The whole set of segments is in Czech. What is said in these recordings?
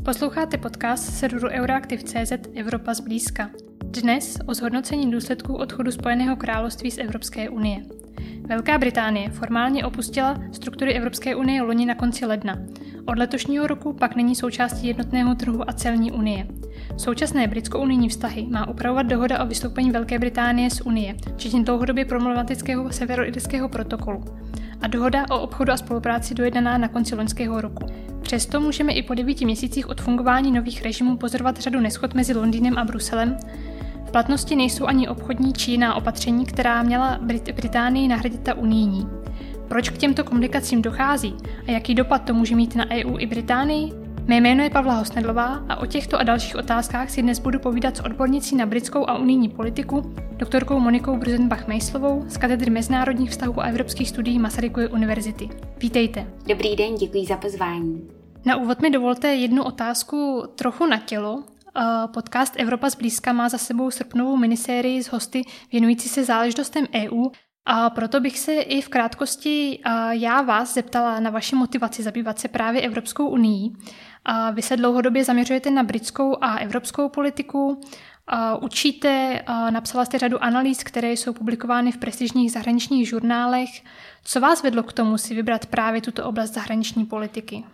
Posloucháte podcast serveru Euroaktiv.cz Evropa zblízka. Dnes o zhodnocení důsledků odchodu Spojeného království z Evropské unie. Velká Británie formálně opustila struktury Evropské unie loni na konci ledna. Od letošního roku pak není součástí jednotného trhu a celní unie. Současné britsko-unijní vztahy má upravovat dohoda o vystoupení Velké Británie z unie, včetně dlouhodobě problematického severoirského protokolu, a dohoda o obchodu a spolupráci dojednaná na konci loňského roku. Přesto můžeme i po 9 měsících od fungování nových režimů pozorovat řadu neshod mezi Londýnem a Bruselem. V platnosti nejsou ani obchodní či jiná opatření, která měla Británii nahradit ta unijní. Proč k těmto komplikacím dochází a jaký dopad to může mít na EU i Británii? Mé jméno je Pavla Hosnedlová a o těchto a dalších otázkách si dnes budu povídat s odbornicí na britskou a unijní politiku, doktorkou Monikou Bruzenbach-Meislovou z katedry mezinárodních vztahů a evropských studií Masarykovy univerzity. Vítejte. Dobrý den, děkuji za pozvání. Na úvod mi dovolte jednu otázku trochu na tělo. Podcast Evropa zblízka má za sebou srpnovou minisérii s hosty věnující se záležitostem EU, a proto bych se i v krátkosti já vás zeptala na vaši motivaci zabývat se právě Evropskou unií. Vy se dlouhodobě zaměřujete na britskou a evropskou politiku, učíte, napsala jste řadu analýz, které jsou publikovány v prestižních zahraničních žurnálech. Co vás vedlo k tomu si vybrat právě tuto oblast zahraniční politiky?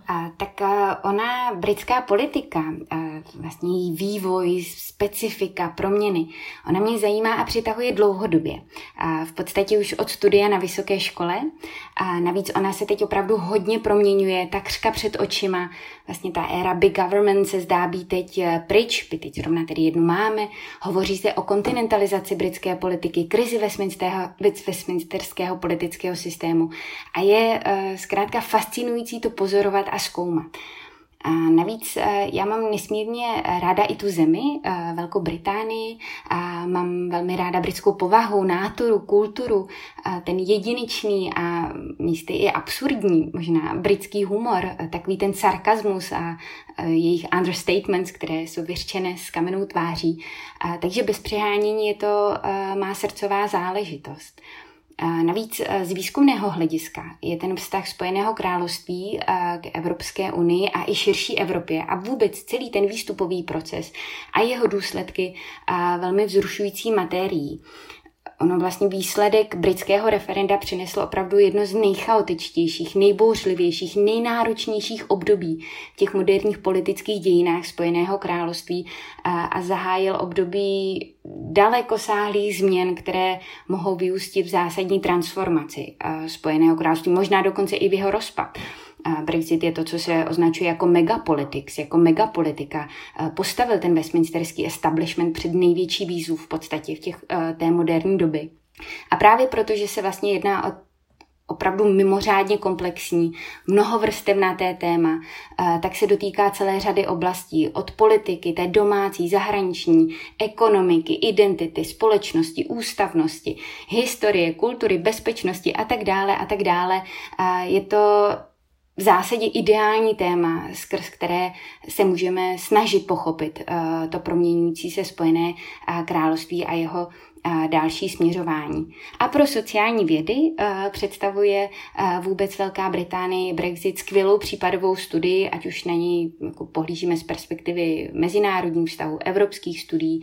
Ona britská politika, vlastně její vývoj, specifika, proměny, ona mě zajímá a přitahuje dlouhodobě. V podstatě už od studia na vysoké škole. Navíc ona se teď opravdu hodně proměňuje, takřka před očima. Vlastně ta éra big government se zdá být teď pryč, my teď zrovna tedy jednu máme. Hovoří se o kontinentalizaci britské politiky, krizi westminsterského politického systému a je zkrátka fascinující to pozorovat a zkoumat. A navíc já mám nesmírně ráda i tu zemi, Velkou Británii, a mám velmi ráda britskou povahu, náturu, kulturu, ten jedinečný a místy i absurdní, možná britský humor, takový ten sarkazmus a jejich understatements, které jsou vyřčené s kamennou tváří. Takže bez přehánění je to má srdcová záležitost. Navíc z výzkumného hlediska je ten vztah Spojeného království k Evropské unii a i širší Evropě a vůbec celý ten výstupový proces a jeho důsledky velmi vzrušující materií. Ono vlastně výsledek britského referenda přinesl opravdu jedno z nejchaotičtějších, nejbouřlivějších, nejnáročnějších období v těch moderních politických dějinách Spojeného království a zahájil období dalekosáhlých změn, které mohou vyústit v zásadní transformaci Spojeného království, možná dokonce i v jeho rozpad. Brexit je to, co se označuje jako megapolitics, jako megapolitika. Postavil ten westminsterský establishment před největší výzvu v podstatě v té moderní doby. A právě proto, že se vlastně jedná o opravdu mimořádně komplexní, mnohovrstevnaté téma, tak se dotýká celé řady oblastí, od politiky, té domácí, zahraniční, ekonomiky, identity, společnosti, ústavnosti, historie, kultury, bezpečnosti a tak dále. Je to v zásadě ideální téma, skrz které se můžeme snažit pochopit to proměňující se Spojené království a jeho další směřování. A pro sociální vědy představuje vůbec Velká Británie Brexit skvělou případovou studii, ať už na něj jako pohlížíme z perspektivy mezinárodních vztahů, evropských studií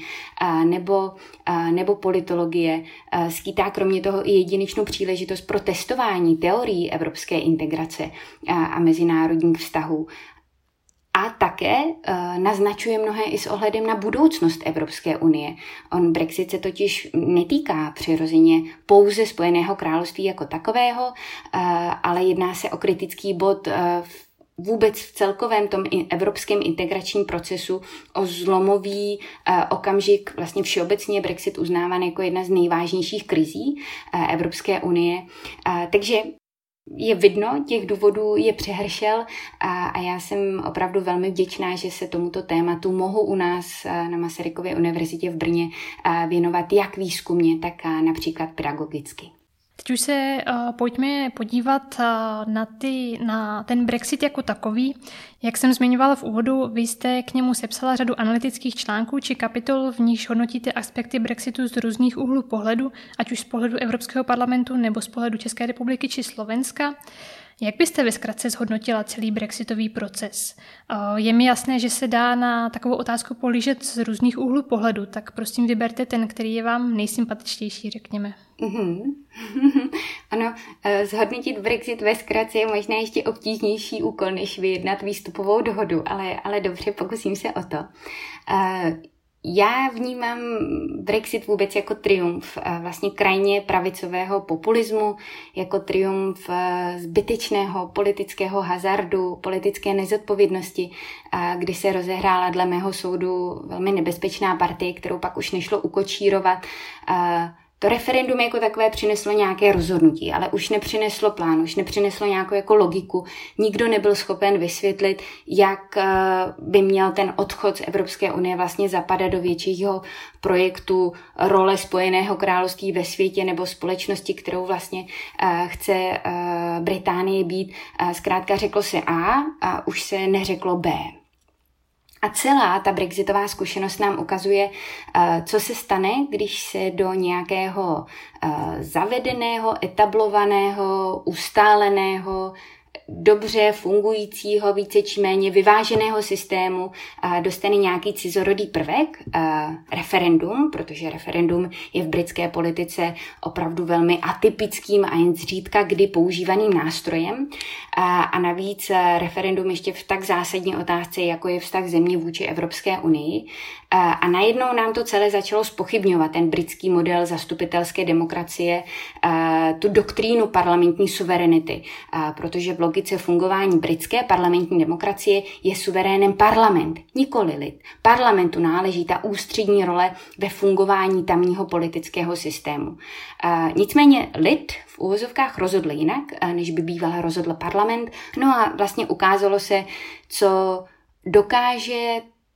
nebo politologie. Skýtá kromě toho i jedinečnou příležitost pro testování teorií evropské integrace a mezinárodních vztahů. A také naznačuje mnohé i s ohledem na budoucnost Evropské unie. Brexit se totiž netýká přirozeně pouze Spojeného království jako takového, ale jedná se o kritický bod vůbec v celkovém tom evropském integračním procesu, o zlomový okamžik, vlastně všeobecně Brexit uznávaný jako jedna z nejvážnějších krizí Evropské unie. Takže je vidno, těch důvodů je přehršel a já jsem opravdu velmi vděčná, že se tomuto tématu mohu u nás na Masarykově univerzitě v Brně věnovat jak výzkumně, tak například pedagogicky. Teď už se pojďme podívat na ten Brexit jako takový. Jak jsem zmiňovala v úvodu, vy jste k němu sepsala řadu analytických článků či kapitol, v nichž hodnotíte aspekty Brexitu z různých úhlů pohledu, ať už z pohledu Evropského parlamentu nebo z pohledu České republiky či Slovenska. Jak byste ve zkratce zhodnotila celý brexitový proces? Je mi jasné, že se dá na takovou otázku pohlížet z různých úhlů pohledu, tak prosím vyberte ten, který je vám nejsympatičtější, řekněme. Ano, zhodnotit Brexit ve zkratce je možná ještě obtížnější úkol, než vyjednat výstupovou dohodu, ale dobře, pokusím se o to. Já vnímám Brexit vůbec jako triumf vlastně krajně pravicového populismu, jako triumf zbytečného politického hazardu, politické nezodpovědnosti, kdy se rozehrála dle mého soudu velmi nebezpečná partie, kterou pak už nešlo ukočírovat. To referendum jako takové přineslo nějaké rozhodnutí, ale už nepřineslo plán, už nepřineslo nějakou jako logiku. Nikdo nebyl schopen vysvětlit, jak by měl ten odchod z Evropské unie vlastně zapadat do většího projektu role Spojeného království ve světě nebo společnosti, kterou vlastně chce Británie být. Zkrátka řeklo se a už se neřeklo B. A celá ta brexitová zkušenost nám ukazuje, co se stane, když se do nějakého zavedeného, etablovaného, ustáleného, dobře fungujícího, více či méně vyváženého systému dostane nějaký cizorodý prvek, referendum, protože referendum je v britské politice opravdu velmi atypickým a jen zřídka kdy používaným nástrojem. A navíc referendum ještě v tak zásadní otázce, jako je vztah země vůči Evropské unii. A najednou nám to celé začalo zpochybňovat ten britský model zastupitelské demokracie, tu doktrínu parlamentní suverenity, protože v logice fungování britské parlamentní demokracie je suverénem parlament, nikoli lid. Parlamentu náleží ta ústřední role ve fungování tamního politického systému. Nicméně lid v uvozovkách rozhodl jinak, než by býval rozhodl parlament. No a vlastně ukázalo se, co dokáže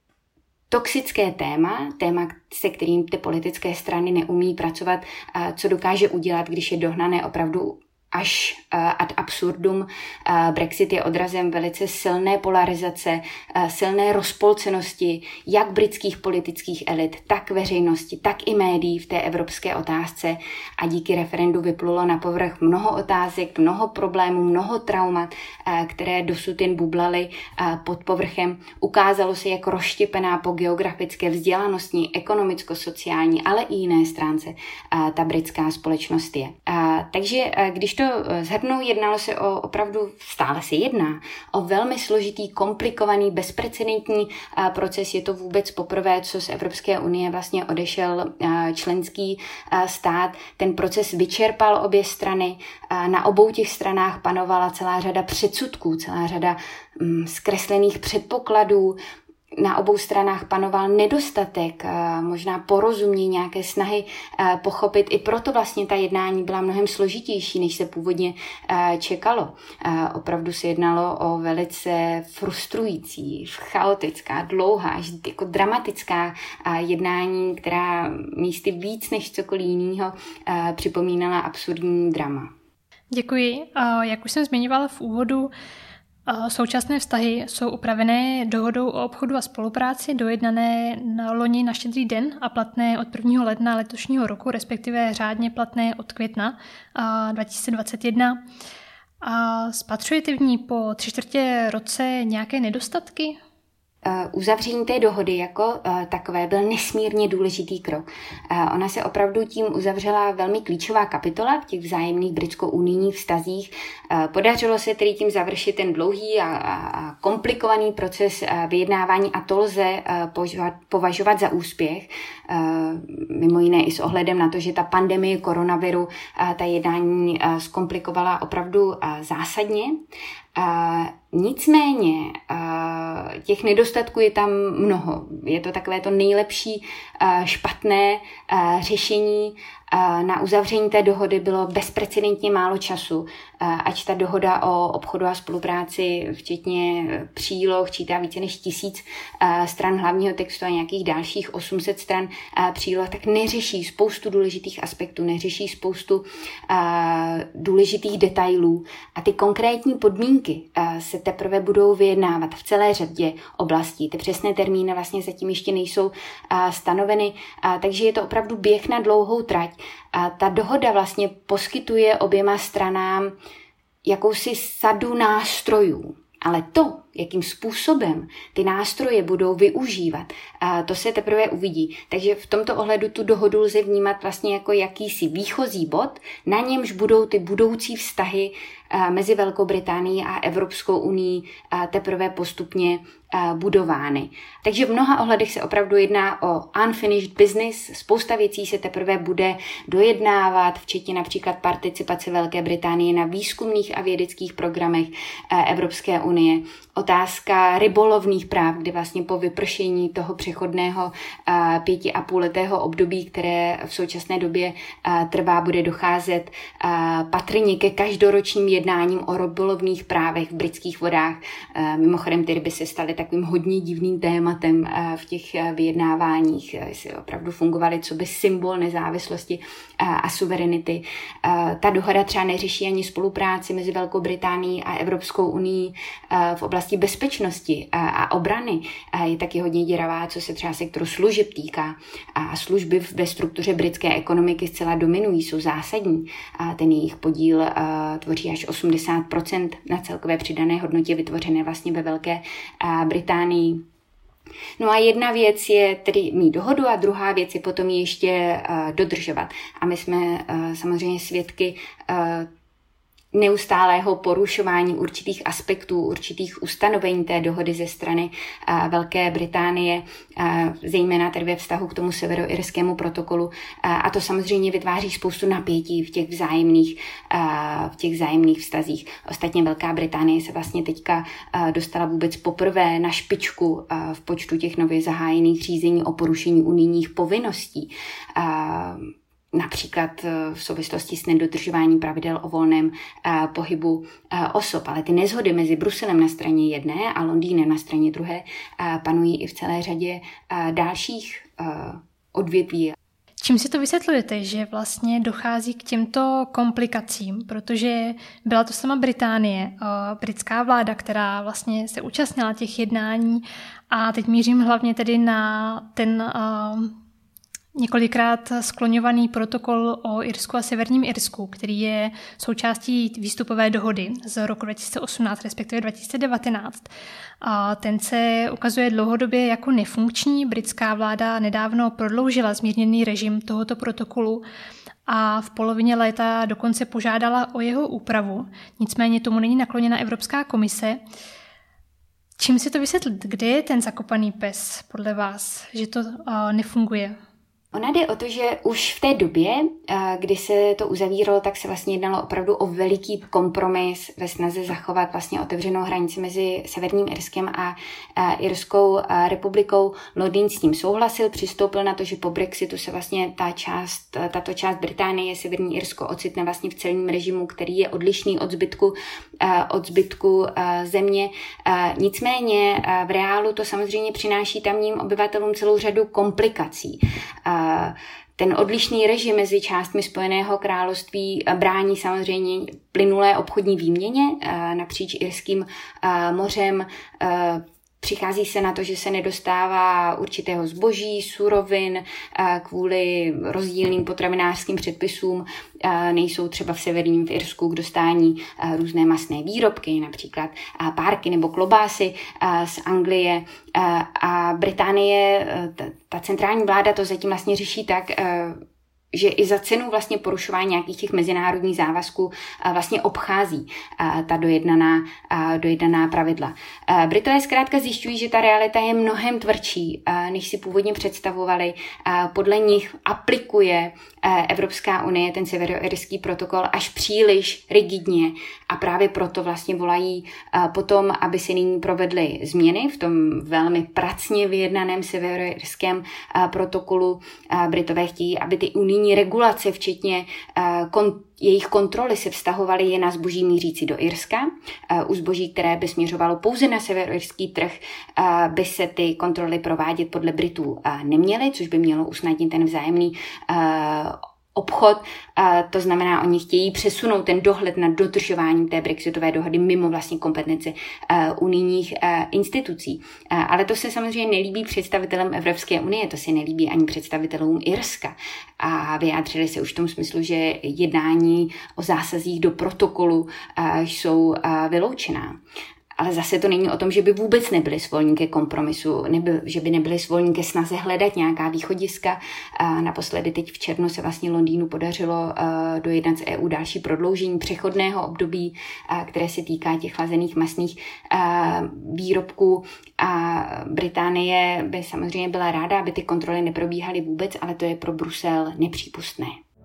toxické téma, se kterým ty politické strany neumí pracovat, co dokáže udělat, když je dohnané opravdu až ad absurdum. Brexit je odrazem velice silné polarizace, silné rozpolcenosti jak britských politických elit, tak veřejnosti, tak i médií v té evropské otázce a díky referendu vyplulo na povrch mnoho otázek, mnoho problémů, mnoho traumat, které dosud jen bublaly pod povrchem. Ukázalo se, jak rozštěpená po geografické, vzdělanostní, ekonomicko-sociální, ale i jiné stránce ta britská společnost je. Takže když to shrnu, jednalo se stále se jedná o velmi složitý, komplikovaný, bezprecedentní proces. Je to vůbec poprvé, co z Evropské unie vlastně odešel členský stát. Ten proces vyčerpal obě strany. Na obou těch stranách panovala celá řada předsudků, celá řada zkreslených předpokladů. Na obou stranách panoval nedostatek, možná porozumění, nějaké snahy pochopit. I proto vlastně ta jednání byla mnohem složitější, než se původně čekalo. Opravdu se jednalo o velice frustrující, chaotická, dlouhá, až jako dramatická jednání, která místy víc než cokoliv jiného připomínala absurdní drama. Děkuji. Jak už jsem zmiňovala v úvodu, současné vztahy jsou upravené dohodou o obchodu a spolupráci, dojednané na loni na Štědrý den a platné od 1. ledna letošního roku, respektive řádně platné od května 2021. Spatřujete v ní po 3/4 roce nějaké nedostatky? Uzavření té dohody jako takové byl nesmírně důležitý krok. Ona se opravdu tím uzavřela velmi klíčová kapitola v těch vzájemných britsko-unijních vztazích. Podařilo se tedy tím završit ten dlouhý a komplikovaný proces vyjednávání a to lze považovat za úspěch. Mimo jiné i s ohledem na to, že ta pandemie koronaviru ta jednání zkomplikovala opravdu zásadně. Nicméně těch nedostatků je tam mnoho. Je to takové to nejlepší špatné řešení. Na uzavření té dohody bylo bezprecedentně málo času, ať ta dohoda o obchodu a spolupráci, včetně příloh, čítá více než 1000 stran hlavního textu a nějakých dalších 800 stran příloh, tak neřeší spoustu důležitých aspektů, neřeší spoustu důležitých detailů a ty konkrétní podmínky se teprve budou vyjednávat v celé řadě oblastí. Ty přesné termíny vlastně zatím ještě nejsou stanoveny, takže je to opravdu běh na dlouhou trať. A ta dohoda vlastně poskytuje oběma stranám jakousi sadu nástrojů. Ale to, jakým způsobem ty nástroje budou využívat, to se teprve uvidí. Takže v tomto ohledu tu dohodu lze vnímat vlastně jako jakýsi výchozí bod, na němž budou ty budoucí vztahy mezi Velkou Británií a Evropskou unií teprve postupně budovány. Takže v mnoha ohledech se opravdu jedná o unfinished business. Spousta věcí se teprve bude dojednávat, včetně například participace Velké Británie na výzkumných a vědeckých programech Evropské unie. Otázka rybolovných práv, kdy vlastně po vypršení toho přechodného 5,5letého období, které v současné době trvá, bude docházet patrně ke každoročním jednáním o rybolovných právech v britských vodách. Mimochodem ty ryby se staly takovým hodně divným tématem v těch vyjednáváních. Si opravdu fungovaly coby symbol nezávislosti a suverenity. Ta dohoda třeba neřeší ani spolupráci mezi Velkou Británií a Evropskou unií v oblasti bezpečnosti a obrany. Je taky hodně děravá, co se třeba sektoru služeb týká. A služby ve struktuře britské ekonomiky zcela dominují, jsou zásadní. Ten jejich podíl tvoří až 80% na celkové přidané hodnotě vytvořené vlastně ve Velké Británii. No a jedna věc je tedy mít dohodu a druhá věc je potom ještě dodržovat. A my jsme samozřejmě svědky neustálého porušování určitých aspektů, určitých ustanovení té dohody ze strany Velké Británie, zejména tedy ve vztahu k tomu severoirskému protokolu. A to samozřejmě vytváří spoustu napětí v těch vzájemných vztazích. Ostatně Velká Británie se vlastně teďka dostala vůbec poprvé na špičku v počtu těch nově zahájených řízení o porušení unijních povinností. Například v souvislosti s nedodržováním pravidel o volném pohybu osob. Ale ty neshody mezi Bruselem na straně jedné a Londýnem na straně druhé panují i v celé řadě dalších odvětví. Čím si to vysvětlujete, že vlastně dochází k těmto komplikacím, protože byla to sama Británie, britská vláda, která vlastně se účastnila těch jednání a teď mířím hlavně tedy na ten několikrát skloňovaný protokol o Irsku a Severním Irsku, který je součástí výstupové dohody z roku 2018, respektive 2019. A ten se ukazuje dlouhodobě jako nefunkční. Britská vláda nedávno prodloužila zmírněný režim tohoto protokolu a v polovině léta dokonce požádala o jeho úpravu. Nicméně tomu není nakloněna Evropská komise. Čím si to vysvětlit? Kde je ten zakopaný pes podle vás, že to nefunguje? Ona jde o to, že už v té době, kdy se to uzavíralo, tak se vlastně jednalo opravdu o veliký kompromis ve snaze zachovat vlastně otevřenou hranici mezi Severním Irskem a Irskou republikou. Londýn s tím souhlasil, přistoupil na to, že po Brexitu se vlastně tato část Británie, Severní Irsko, ocitne vlastně v celním režimu, který je odlišný od zbytku země. Nicméně v reálu to samozřejmě přináší tamním obyvatelům celou řadu komplikací. Ten odlišný režim mezi částmi Spojeného království brání samozřejmě plynulé obchodní výměně napříč Irským mořem. Přichází se na to, že se nedostává určitého zboží, surovin kvůli rozdílným potravinářským předpisům. Nejsou třeba v Severním v Irsku k dostání různé masné výrobky, například párky nebo klobásy z Anglie. A Británie, ta centrální vláda to zatím vlastně řeší tak, že i za cenu vlastně porušování nějakých těch mezinárodních závazků vlastně obchází ta dojednaná pravidla. Britové zkrátka zjišťují, že ta realita je mnohem tvrdší, než si původně představovali. Podle nich aplikuje Evropská unie ten severoirský protokol až příliš rigidně a právě proto vlastně volají potom, aby se nyní provedly změny v tom velmi pracně vyjednaném severoirském protokolu. Britové chtějí, aby ty unijní regulace, včetně jejich kontroly, se vztahovaly jen na zboží mířící do Irska. U zboží, které by směřovalo pouze na severoirský trh, by se ty kontroly provádět podle Britů neměly, což by mělo usnadnit ten vzájemný obchod, to znamená, oni chtějí přesunout ten dohled nad dodržováním té brexitové dohody mimo vlastní kompetenci unijních institucí. Ale to se samozřejmě nelíbí představitelům Evropské unie, to se nelíbí ani představitelům Irska. A vyjádřili se už v tom smyslu, že jednání o zásazích do protokolu jsou vyloučená. Ale zase to není o tom, že by vůbec nebyli svolní ke kompromisu, že by nebyli svolní ke snaze hledat nějaká východiska. Naposledy teď v červnu se vlastně Londýnu podařilo dojednat z EU další prodloužení přechodného období, které se týká těch chlazených masných výrobků. A Británie by samozřejmě byla ráda, aby ty kontroly neprobíhaly vůbec, ale to je pro Brusel nepřípustné.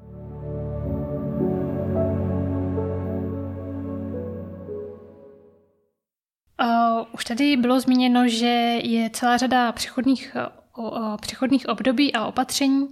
Už tady bylo zmíněno, že je celá řada přechodných období a opatření.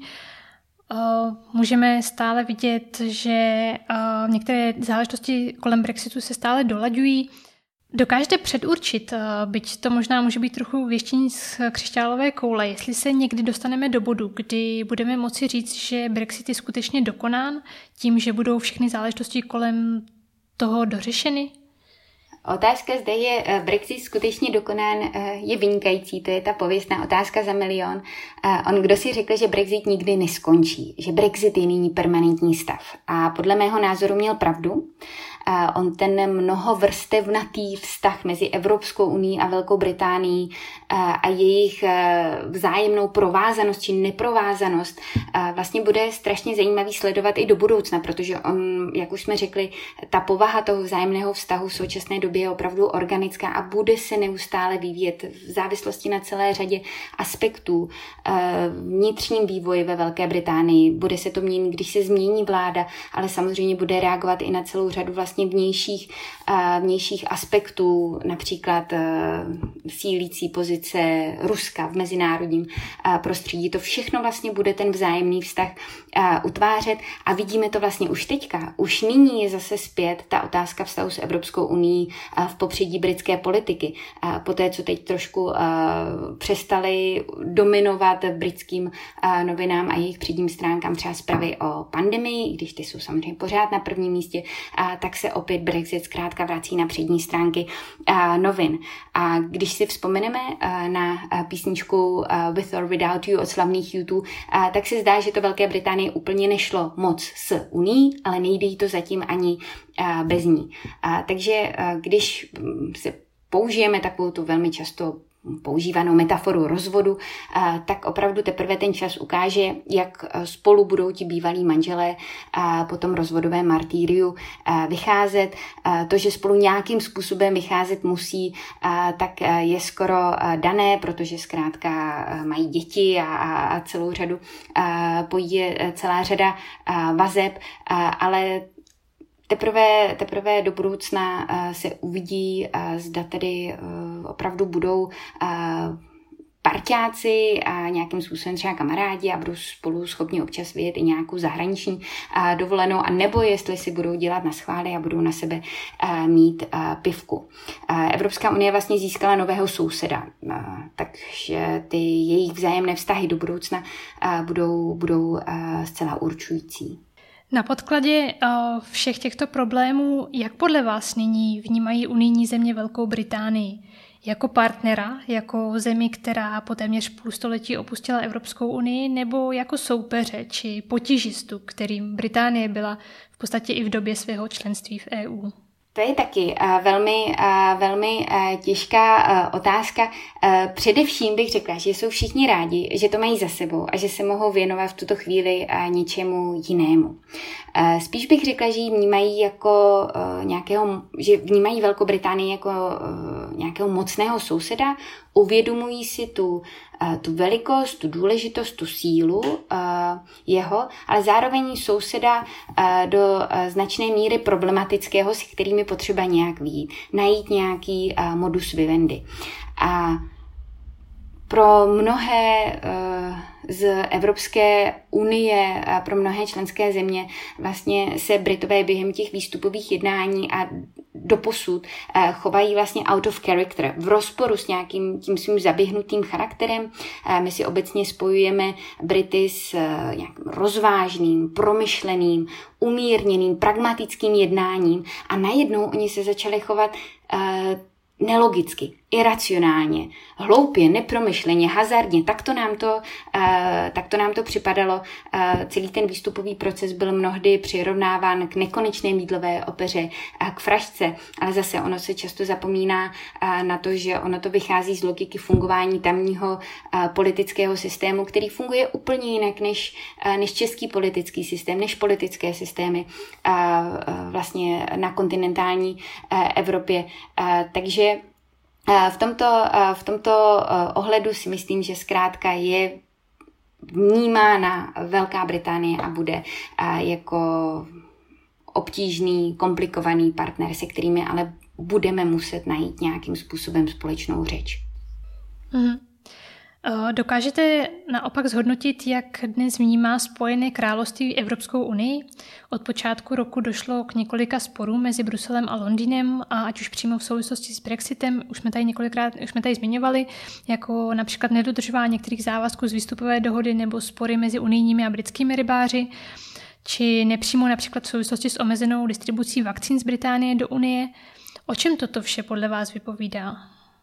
Můžeme stále vidět, že některé záležitosti kolem Brexitu se stále dolaďují. Dokážete předurčit, byť to možná může být trochu věštění z křišťálové koule, jestli se někdy dostaneme do bodu, kdy budeme moci říct, že Brexit je skutečně dokonán tím, že budou všechny záležitosti kolem toho dořešeny? Otázka zde je Brexit skutečně dokonán, je vynikající, to je ta pověstná otázka za milion. On kdo si řekl, že Brexit nikdy neskončí, že Brexit je nyní permanentní stav. A podle mého názoru měl pravdu. On ten mnohovrstevnatý vztah mezi Evropskou unií a Velkou Británií a jejich vzájemnou provázanost či neprovázanost vlastně bude strašně zajímavý sledovat i do budoucna, protože on, jak už jsme řekli, ta povaha toho vzájemného vztahu v současné době je opravdu organická a bude se neustále vyvíjet v závislosti na celé řadě aspektů vnitřním vývoji ve Velké Británii. Bude se to měnit, když se změní vláda, ale samozřejmě bude reagovat i na celou řadu vlastně vnějších aspektů, například sílící pozice Ruska v mezinárodním prostředí. To všechno vlastně bude ten vzájemný vztah utvářet a vidíme to vlastně už teďka. Už nyní je zase zpět ta otázka vztahu s Evropskou unií v popředí britské politiky. Poté, co teď trošku přestali dominovat britským novinám a jejich předním stránkám třeba zprávy o pandemii, když ty jsou samozřejmě pořád na prvním místě, tak se opět Brexit zkrátka vrací na přední stránky novin. A když si vzpomeneme na písničku With or Without You od slavných U2, tak se zdá, že to Velké Británii úplně nešlo moc s Unií, ale nejde jí to zatím ani bez ní. Takže když se použijeme takovou tu velmi často používanou metaforu rozvodu, tak opravdu teprve ten čas ukáže, jak spolu budou ti bývalí manželé po tom rozvodovém martýriu vycházet. To, že spolu nějakým způsobem vycházet musí, tak je skoro dané, protože zkrátka mají děti a celou řadu pojí celá řada vazeb, ale Teprve do budoucna se uvidí, zda tedy opravdu budou parťáci a nějakým způsobem třeba kamarádi a budou spolu schopni občas vyjet i nějakou zahraniční dovolenou, a nebo jestli si budou dělat na schvály a budou na sebe mít pivku. Evropská unie vlastně získala nového souseda, takže ty jejich vzájemné vztahy do budoucna budou zcela určující. Na podkladě všech těchto problémů, jak podle vás nyní vnímají unijní země Velkou Británii? Jako partnera, jako zemi, která po téměř půlstoletí opustila Evropskou unii, nebo jako soupeře či potížistu, kterým Británie byla v podstatě i v době svého členství v EU? To je taky velmi těžká otázka. Především bych řekla, že jsou všichni rádi, že to mají za sebou a že se mohou věnovat v tuto chvíli něčemu jinému. Spíš bych řekla, že ji vnímají jako že vnímají Velkou Británii jako nějakého mocného souseda, uvědomují si tu velikost, tu důležitost, tu sílu jeho, ale zároveň souseda do značné míry problematického, s kterými potřeba nějak vyjít, najít nějaký modus vivendi. A pro mnohé z Evropské unie, pro mnohé členské země vlastně se Britové během těch výstupových jednání a doposud chovají vlastně out of character, v rozporu s nějakým tím svým zaběhnutým charakterem. My si obecně spojujeme Brity s nějakým rozvážným, promyšleným, umírněným, pragmatickým jednáním a najednou oni se začali chovat nelogicky, iracionálně, hloupě, nepromyšleně, hazardně. Tak to nám to připadalo. Celý ten výstupový proces byl mnohdy přirovnáván k nekonečné mýdlové opeře, k frašce, ale zase ono se často zapomíná na to, že ono to vychází z logiky fungování tamního politického systému, který funguje úplně jinak než český politický systém, než politické systémy vlastně na kontinentální Evropě. Takže v tomto ohledu si myslím, že zkrátka je vnímána Velká Británie a bude jako obtížný, komplikovaný partner, se kterými ale budeme muset najít nějakým způsobem společnou řeč. Mm-hmm. Dokážete naopak zhodnotit, jak dnes vnímá Spojené království Evropskou unii? Od počátku roku došlo k několika sporům mezi Bruselem a Londýnem, a ať už přímo v souvislosti s Brexitem, už jsme tady zmiňovali, jako například nedodržování některých závazků z výstupové dohody nebo spory mezi unijními a britskými rybáři, či nepřímo například v souvislosti s omezenou distribucí vakcín z Británie do Unie. O čem toto vše podle vás vypovídá?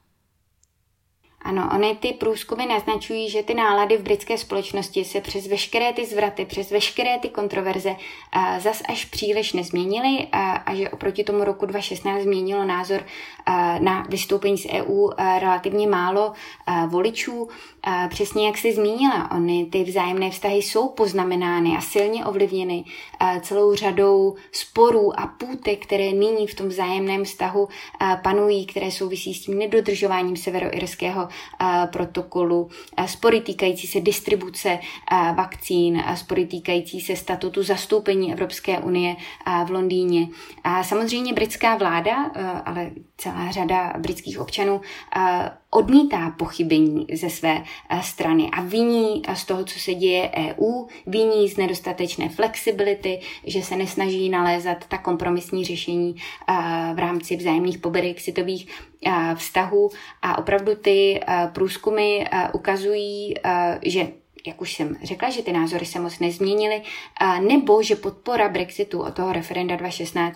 Ano, ony ty průzkumy naznačují, že ty nálady v britské společnosti se přes veškeré ty zvraty, přes veškeré ty kontroverze zas až příliš nezměnily a že oproti tomu roku 2016 změnilo názor na vystoupení z EU relativně málo voličů. Přesně jak jsi zmínila, ony ty vzájemné vztahy jsou poznamenány a silně ovlivněny celou řadou sporů a půtek, které nyní v tom vzájemném vztahu panují, které souvisí s tím nedodržováním severoirského protokolu, spory týkající se distribuce vakcín, spory týkající se statutu zastoupení Evropské unie v Londýně. A samozřejmě britská vláda, ale celá řada britských občanů odmítá pochybení ze své strany a viní z toho, co se děje EU, viní z nedostatečné flexibility, že se nesnaží nalézat ta kompromisní řešení v rámci vzájemných poberexitových vztahů. A opravdu ty průzkumy ukazují, že jak už jsem řekla, že ty názory se moc nezměnily, nebo že podpora Brexitu od toho referenda 2016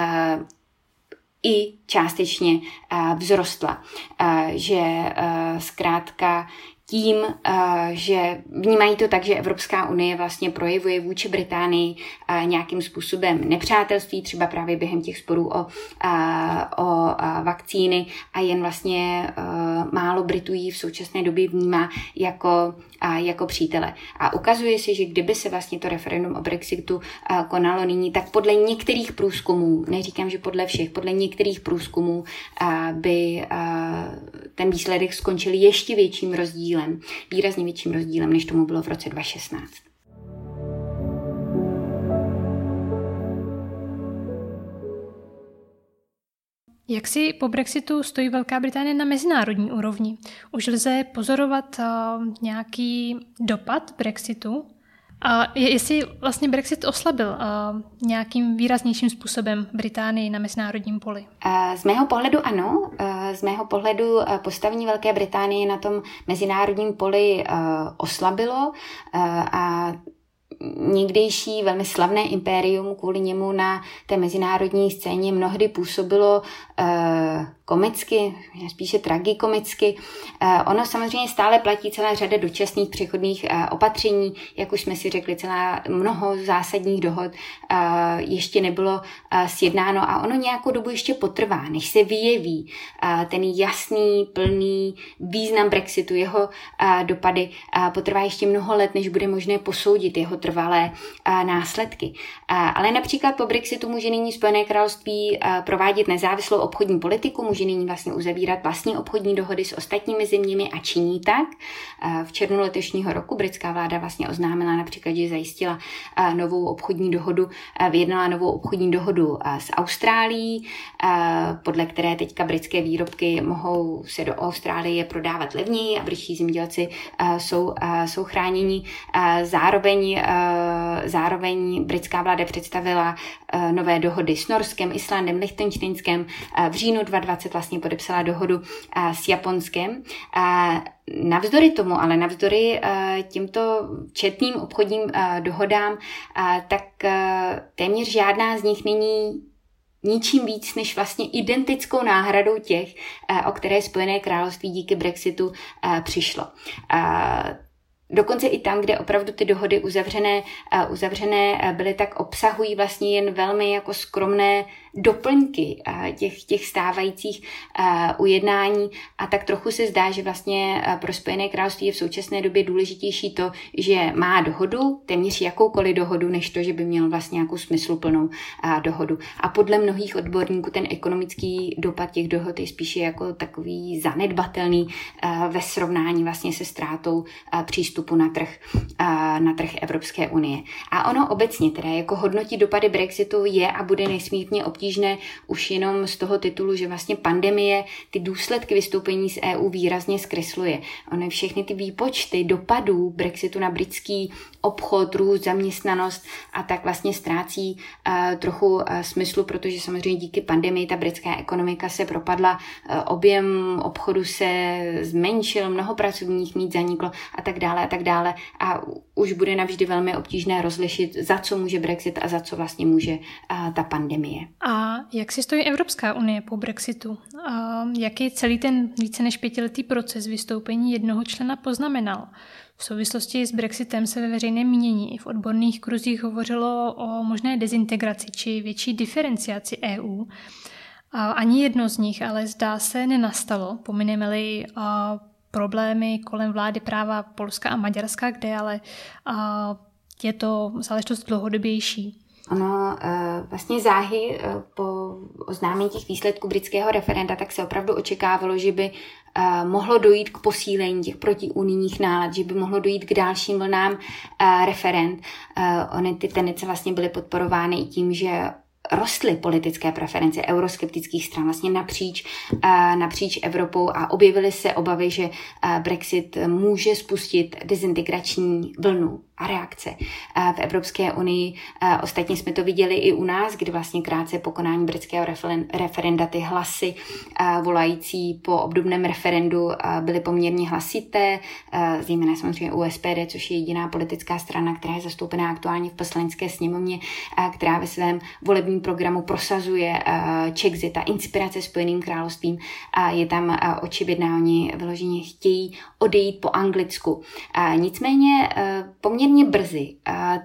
i částečně vzrostla. Že zkrátka tím, že vnímají to tak, že Evropská unie vlastně projevuje vůči Británii nějakým způsobem nepřátelství, třeba právě během těch sporů o vakcíny a jen vlastně málo Britů ji v současné době vnímá jako přítele. A ukazuje se, že kdyby se vlastně to referendum o Brexitu konalo nyní, tak podle některých průzkumů, neříkám, že podle všech, podle některých průzkumů by ten výsledek skončil ještě větším rozdílem, výrazně větším rozdílem, než tomu bylo v roce 2016. Jak si po Brexitu stojí Velká Británie na mezinárodní úrovni? Už lze pozorovat nějaký dopad Brexitu? A jestli vlastně Brexit oslabil nějakým výraznějším způsobem Británii na mezinárodním poli? Z mého pohledu ano. Z mého pohledu postavení Velké Británie na tom mezinárodním poli oslabilo a někdejší velmi slavné impérium kvůli němu na té mezinárodní scéně mnohdy působilo komicky, spíše tragikomicky. Ono samozřejmě stále platí celá řada dočasných přechodných opatření, jak už jsme si řekli, mnoho zásadních dohod ještě nebylo sjednáno a ono nějakou dobu ještě potrvá, než se vyjeví ten jasný, plný význam Brexitu, jeho dopady. Potrvá ještě mnoho let, než bude možné posoudit jeho dlouhotrvalé následky. Ale například po Brexitu může nyní Spojené království provádět nezávislou obchodní politiku, může nyní vlastně uzavírat vlastní obchodní dohody s ostatními zeměmi a činí tak. V červnu letošního roku britská vláda vlastně oznámila například, že zajistila novou obchodní dohodu, vyjednala novou obchodní dohodu s Austrálií, podle které teďka britské výrobky mohou se do Austrálie prodávat levněji a britští zemědělci jsou chráněni. Zároveň britská vláda představila nové dohody s Norskem, Islandem, Lichtenštejnskem. V říjnu 2020 vlastně podepsala dohodu s Japonskem. Navzdory tomu, ale navzdory těmto četným obchodním dohodám, tak téměř žádná z nich není ničím víc než vlastně identickou náhradou těch, o které Spojené království díky Brexitu přišlo. Dokonce i tam, kde opravdu ty dohody uzavřené byly, tak obsahují vlastně jen velmi jako skromné doplňky těch stávajících ujednání a tak trochu se zdá, že vlastně pro Spojené království je v současné době důležitější to, že má dohodu, téměř jakoukoliv dohodu, než to, že by měl vlastně nějakou smysluplnou dohodu. A podle mnohých odborníků ten ekonomický dopad těch dohod je spíše jako takový zanedbatelný ve srovnání vlastně se ztrátou přístupu na trh Evropské unie. A ono obecně teda jako hodnotit dopady Brexitu je a bude nesmírně obtížné už jenom z toho titulu, že vlastně pandemie ty důsledky vystoupení z EU výrazně zkresluje. Ony všechny ty výpočty dopadů Brexitu na britský obchod, růst, zaměstnanost a tak vlastně ztrácí trochu smyslu, protože samozřejmě díky pandemii ta britská ekonomika se propadla, objem obchodu se zmenšil, mnoho pracovních míst zaniklo a tak dále a už bude navždy velmi obtížné rozlišit, za co může Brexit a za co vlastně může ta pandemie. A jak si stojí Evropská unie po Brexitu? Jaký celý ten více než 5letý proces vystoupení jednoho člena poznamenal? V souvislosti s Brexitem se ve veřejném mínění i v odborných kruzích hovořilo o možné dezintegraci či větší diferenciaci EU. Ani jedno z nich ale zdá se nenastalo, pomineme-li problémy kolem vlády práva Polska a Maďarska, kde ale je to záležitost dlouhodobější. Ono vlastně záhy po oznámení těch výsledků britského referenda tak se opravdu očekávalo, že by mohlo dojít k posílení těch protiunijních nálad, že by mohlo dojít k dalším vlnám referend. Ony ty tendence vlastně byly podporovány i tím, že rostly politické preference euroskeptických stran vlastně napříč Evropou a objevily se obavy, že Brexit může spustit dezintegrační vlnu a reakce v Evropské unii. Ostatně jsme to viděli i u nás, kdy vlastně krátce po konání britského referenda ty hlasy volající po obdobném referendu byly poměrně hlasité, zejména samozřejmě u SPD, což je jediná politická strana, která je zastoupená aktuálně v Poslanecké sněmovně, která ve svém volebním programu prosazuje Czexit a inspirace Spojeným královstvím. Je tam očividná, oni vyloženě chtějí odejít po Anglicku. Nicméně poměrně brzy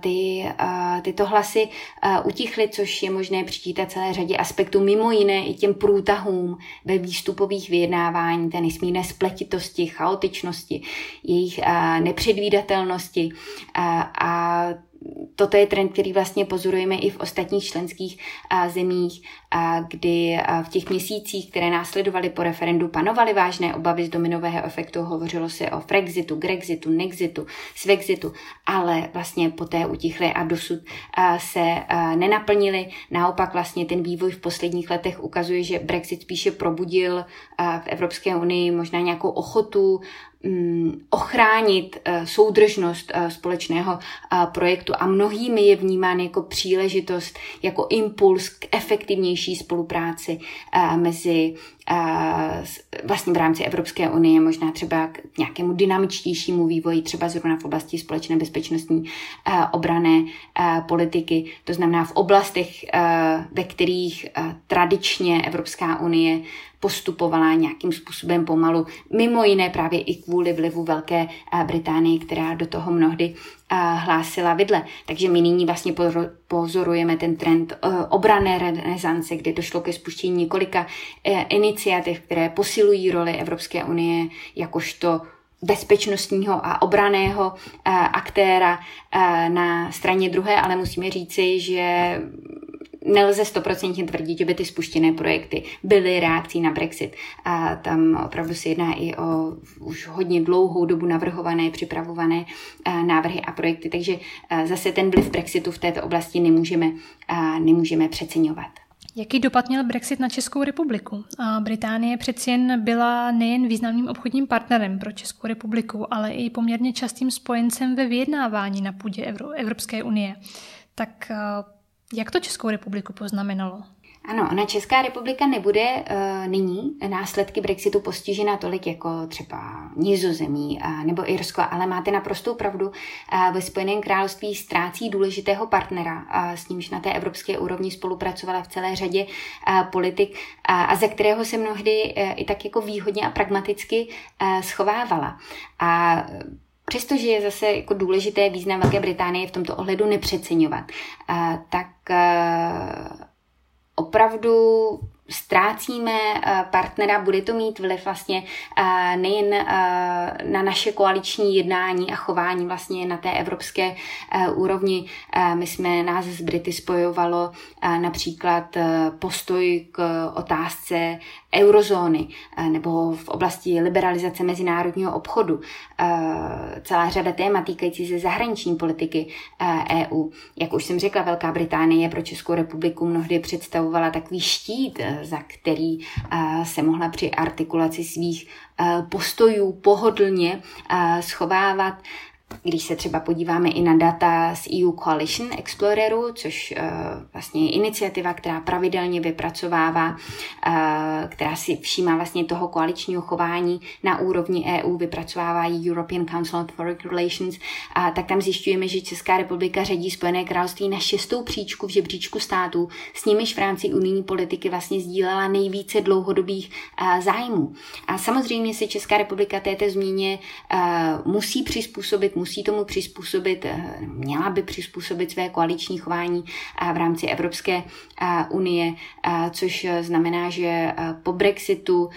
tyto hlasy utichly, což je možné přičítat celé řadě aspektů, mimo jiné i těm průtahům ve výstupových vyjednávání, té nesmírné spletitosti, chaotičnosti, jejich nepředvídatelnosti a toto je trend, který vlastně pozorujeme i v ostatních členských zemích, kdy v těch měsících, které následovaly po referendu, panovaly vážné obavy z dominového efektu. Hovořilo se o Frexitu, Grexitu, Nexitu, Svexitu, ale vlastně poté utichly a dosud se nenaplnily. Naopak vlastně ten vývoj v posledních letech ukazuje, že Brexit spíše probudil v Evropské unii možná nějakou ochotu ochránit soudržnost společného projektu a mnohými je vnímán jako příležitost, jako impuls k efektivnější spolupráci mezi vlastně v rámci Evropské unie, možná třeba k nějakému dynamičtějšímu vývoji, třeba zrovna v oblasti společné bezpečnostní obranné politiky. To znamená v oblastech, ve kterých tradičně Evropská unie postupovala nějakým způsobem pomalu, mimo jiné právě i kvůli vlivu Velké Británie, která do toho mnohdy hlásila vidle. Takže my nyní vlastně pozorujeme ten trend obranné renesance, kde došlo ke spuštění několika iniciativ, které posilují roli Evropské unie jakožto bezpečnostního a obranného aktéra na straně druhé, ale musíme říci, že nelze 100% tvrdit, že by ty spuštěné projekty byly reakcí na Brexit. A tam opravdu se jedná i o už hodně dlouhou dobu navrhované, připravované návrhy a projekty, takže zase ten vliv Brexitu v této oblasti nemůžeme přeceňovat. Jaký dopad měl Brexit na Českou republiku? A Británie přeci jen byla nejen významným obchodním partnerem pro Českou republiku, ale i poměrně častým spojencem ve vyjednávání na půdě Evropské unie. Tak jak to Českou republiku poznamenalo? Ano, ona Česká republika nebude nyní následky Brexitu postižena tolik jako třeba Nizozemí nebo Irsko, ale máte naprostou pravdu, ve Spojeném království ztrácí důležitého partnera, s nímž na té evropské úrovni spolupracovala v celé řadě politik a ze kterého se mnohdy i tak jako výhodně a pragmaticky schovávala. A přestože je zase jako důležité význam Velké Británie v tomto ohledu nepřeceňovat, tak opravdu ztrácíme partnera, bude to mít vliv vlastně nejen na naše koaliční jednání a chování vlastně na té evropské úrovni. My jsme nás s Brity spojovalo například postoj k otázce eurozóny nebo v oblasti liberalizace mezinárodního obchodu. Celá řada témat týkající se zahraniční politiky EU. Jak už jsem řekla, Velká Británie pro Českou republiku mnohdy představovala takový štít, za který se mohla při artikulaci svých postojů pohodlně schovávat. Když se třeba podíváme i na data z EU Coalition Exploreru, což vlastně je iniciativa, která pravidelně vypracovává, která si všímá vlastně toho koaličního chování na úrovni EU, vypracovává European Council on Foreign Relations, tak tam zjišťujeme, že Česká republika řadí Spojené království na 6. příčku v žebříčku států, s nimiž v rámci unijní politiky vlastně sdílela nejvíce dlouhodobých zájmů. A samozřejmě se Česká republika této změně musí tomu přizpůsobit, měla by přizpůsobit své koaliční chování v rámci Evropské unie, což znamená, že po Brexitu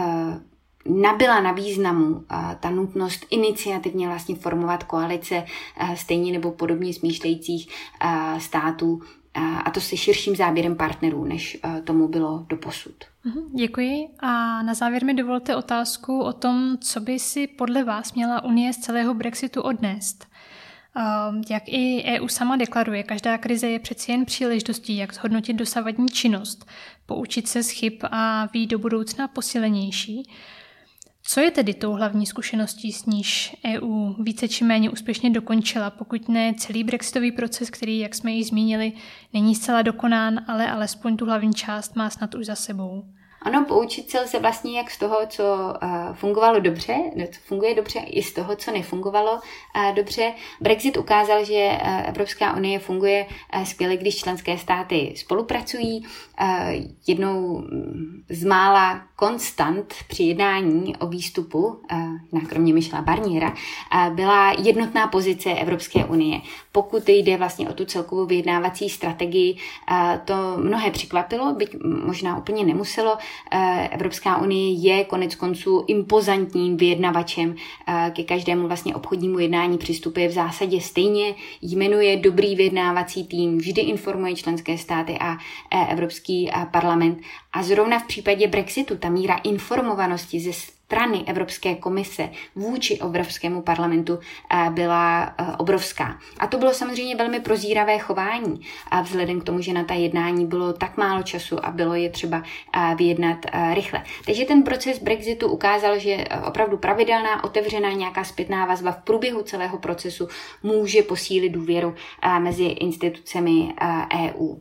nabyla na významu ta nutnost iniciativně vlastně formovat koalice stejně nebo podobně smýšlejících států, a to se širším záběrem partnerů, než tomu bylo doposud. Děkuji. A na závěr mi dovolte otázku o tom, co by si podle vás měla Unie z celého Brexitu odnést. Jak i EU sama deklaruje, každá krize je přeci jen příležitostí, jak zhodnotit dosavadní činnost, poučit se z chyb a být do budoucna posilenější. Co je tedy tou hlavní zkušeností, s níž EU více či méně úspěšně dokončila, pokud ne celý brexitový proces, který, jak jsme již zmínili, není zcela dokonán, ale alespoň tu hlavní část má snad už za sebou? Ano, poučit se vlastně jak z toho, co fungovalo dobře, co funguje dobře, i z toho, co nefungovalo dobře. Brexit ukázal, že Evropská unie funguje skvěle, když členské státy spolupracují. Jednou z mála konstant při jednání o výstupu, kromě Michela Barniera, byla jednotná pozice Evropské unie. Pokud jde vlastně o tu celkovou vyjednávací strategii, to mnohé překvapilo, byť možná úplně nemuselo. Evropská unie je konec konců impozantním vyjednavačem, ke každému vlastně obchodnímu jednání přistupuje v zásadě stejně, jmenuje dobrý vyjednávací tým, vždy informuje členské státy a Evropský parlament. A zrovna v případě Brexitu ta míra informovanosti ze strany Evropské komise vůči Evropskému parlamentu byla obrovská. A to bylo samozřejmě velmi prozíravé chování a vzhledem k tomu, že na ta jednání bylo tak málo času a bylo je třeba vyjednat rychle. Takže ten proces Brexitu ukázal, že opravdu pravidelná, otevřená nějaká zpětná vazba v průběhu celého procesu může posílit důvěru mezi institucemi EU.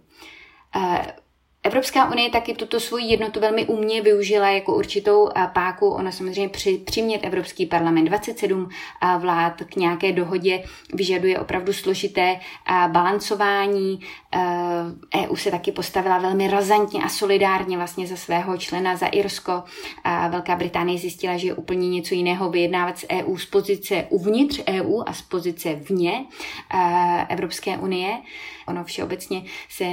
Evropská unie taky tuto svoji jednotu velmi umně využila jako určitou páku. Ona samozřejmě přimět Evropský parlament 27 vlád k nějaké dohodě vyžaduje opravdu složité balancování. EU se taky postavila velmi razantně a solidárně vlastně za svého člena, za Irsko. Velká Británie zjistila, že je úplně něco jiného vyjednávat s EU z pozice uvnitř EU a z pozice vně Evropské unie. Ono všeobecně se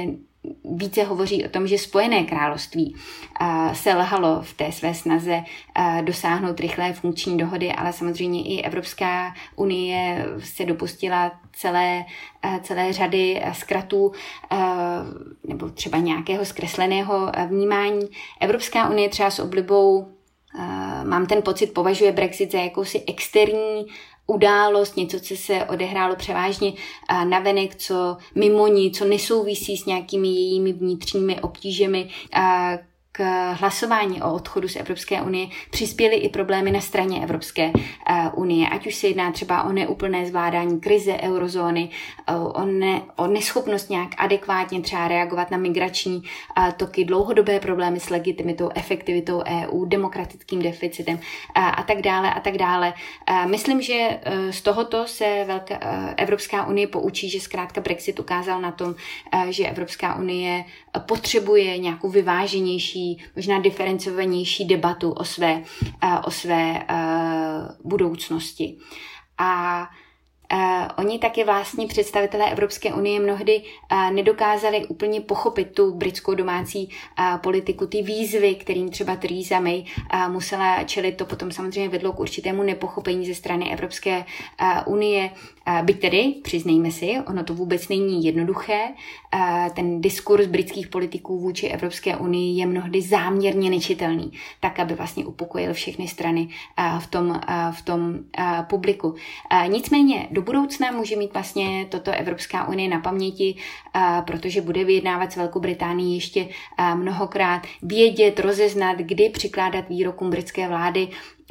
více hovoří o tom, že Spojené království selhalo v té své snaze dosáhnout rychlé funkční dohody, ale samozřejmě i Evropská unie se dopustila celé řady zkratů nebo třeba nějakého zkresleného vnímání. Evropská unie třeba s oblibou, mám ten pocit, považuje Brexit za jakousi externí událost, něco, co se odehrálo převážně navenek, co mimo ní, co nesouvisí s nějakými jejími vnitřními obtížemi. K hlasování o odchodu z Evropské unie přispěly i problémy na straně Evropské unie, ať už se jedná třeba o neúplné zvládání krize eurozóny, o neschopnost nějak adekvátně třeba reagovat na migrační toky, dlouhodobé problémy s legitimitou, efektivitou EU, demokratickým deficitem a tak dále a tak dále. Myslím, že z tohoto se Evropská unie poučí, že zkrátka Brexit ukázal na tom, že Evropská unie potřebuje nějakou vyváženější, možná diferencovanější debatu o své budoucnosti. A oni taky vlastně představitelé Evropské unie mnohdy nedokázali úplně pochopit tu britskou domácí politiku, ty výzvy, kterým třeba Theresa May musela čelit. To potom samozřejmě vedlo k určitému nepochopení ze strany Evropské unie. Byť tedy, přiznejme si, ono to vůbec není jednoduché. Ten diskurs britských politiků vůči Evropské unii je mnohdy záměrně nečitelný, tak, aby vlastně upokojil všechny strany v tom publiku. Nicméně do budoucna může mít vlastně toto Evropská unie na paměti, protože bude vyjednávat s Velkou Británií ještě mnohokrát, vědět, rozeznat, kdy přikládat výrokům britské vlády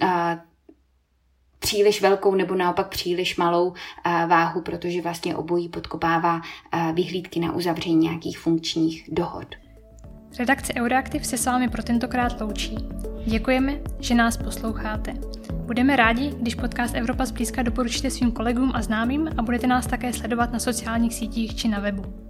příliš velkou nebo naopak příliš malou váhu, protože vlastně obojí podkopává vyhlídky na uzavření nějakých funkčních dohod. Redakce Euroaktiv se s vámi pro tentokrát loučí. Děkujeme, že nás posloucháte. Budeme rádi, když podcast Evropa zblízka doporučíte svým kolegům a známým a budete nás také sledovat na sociálních sítích či na webu.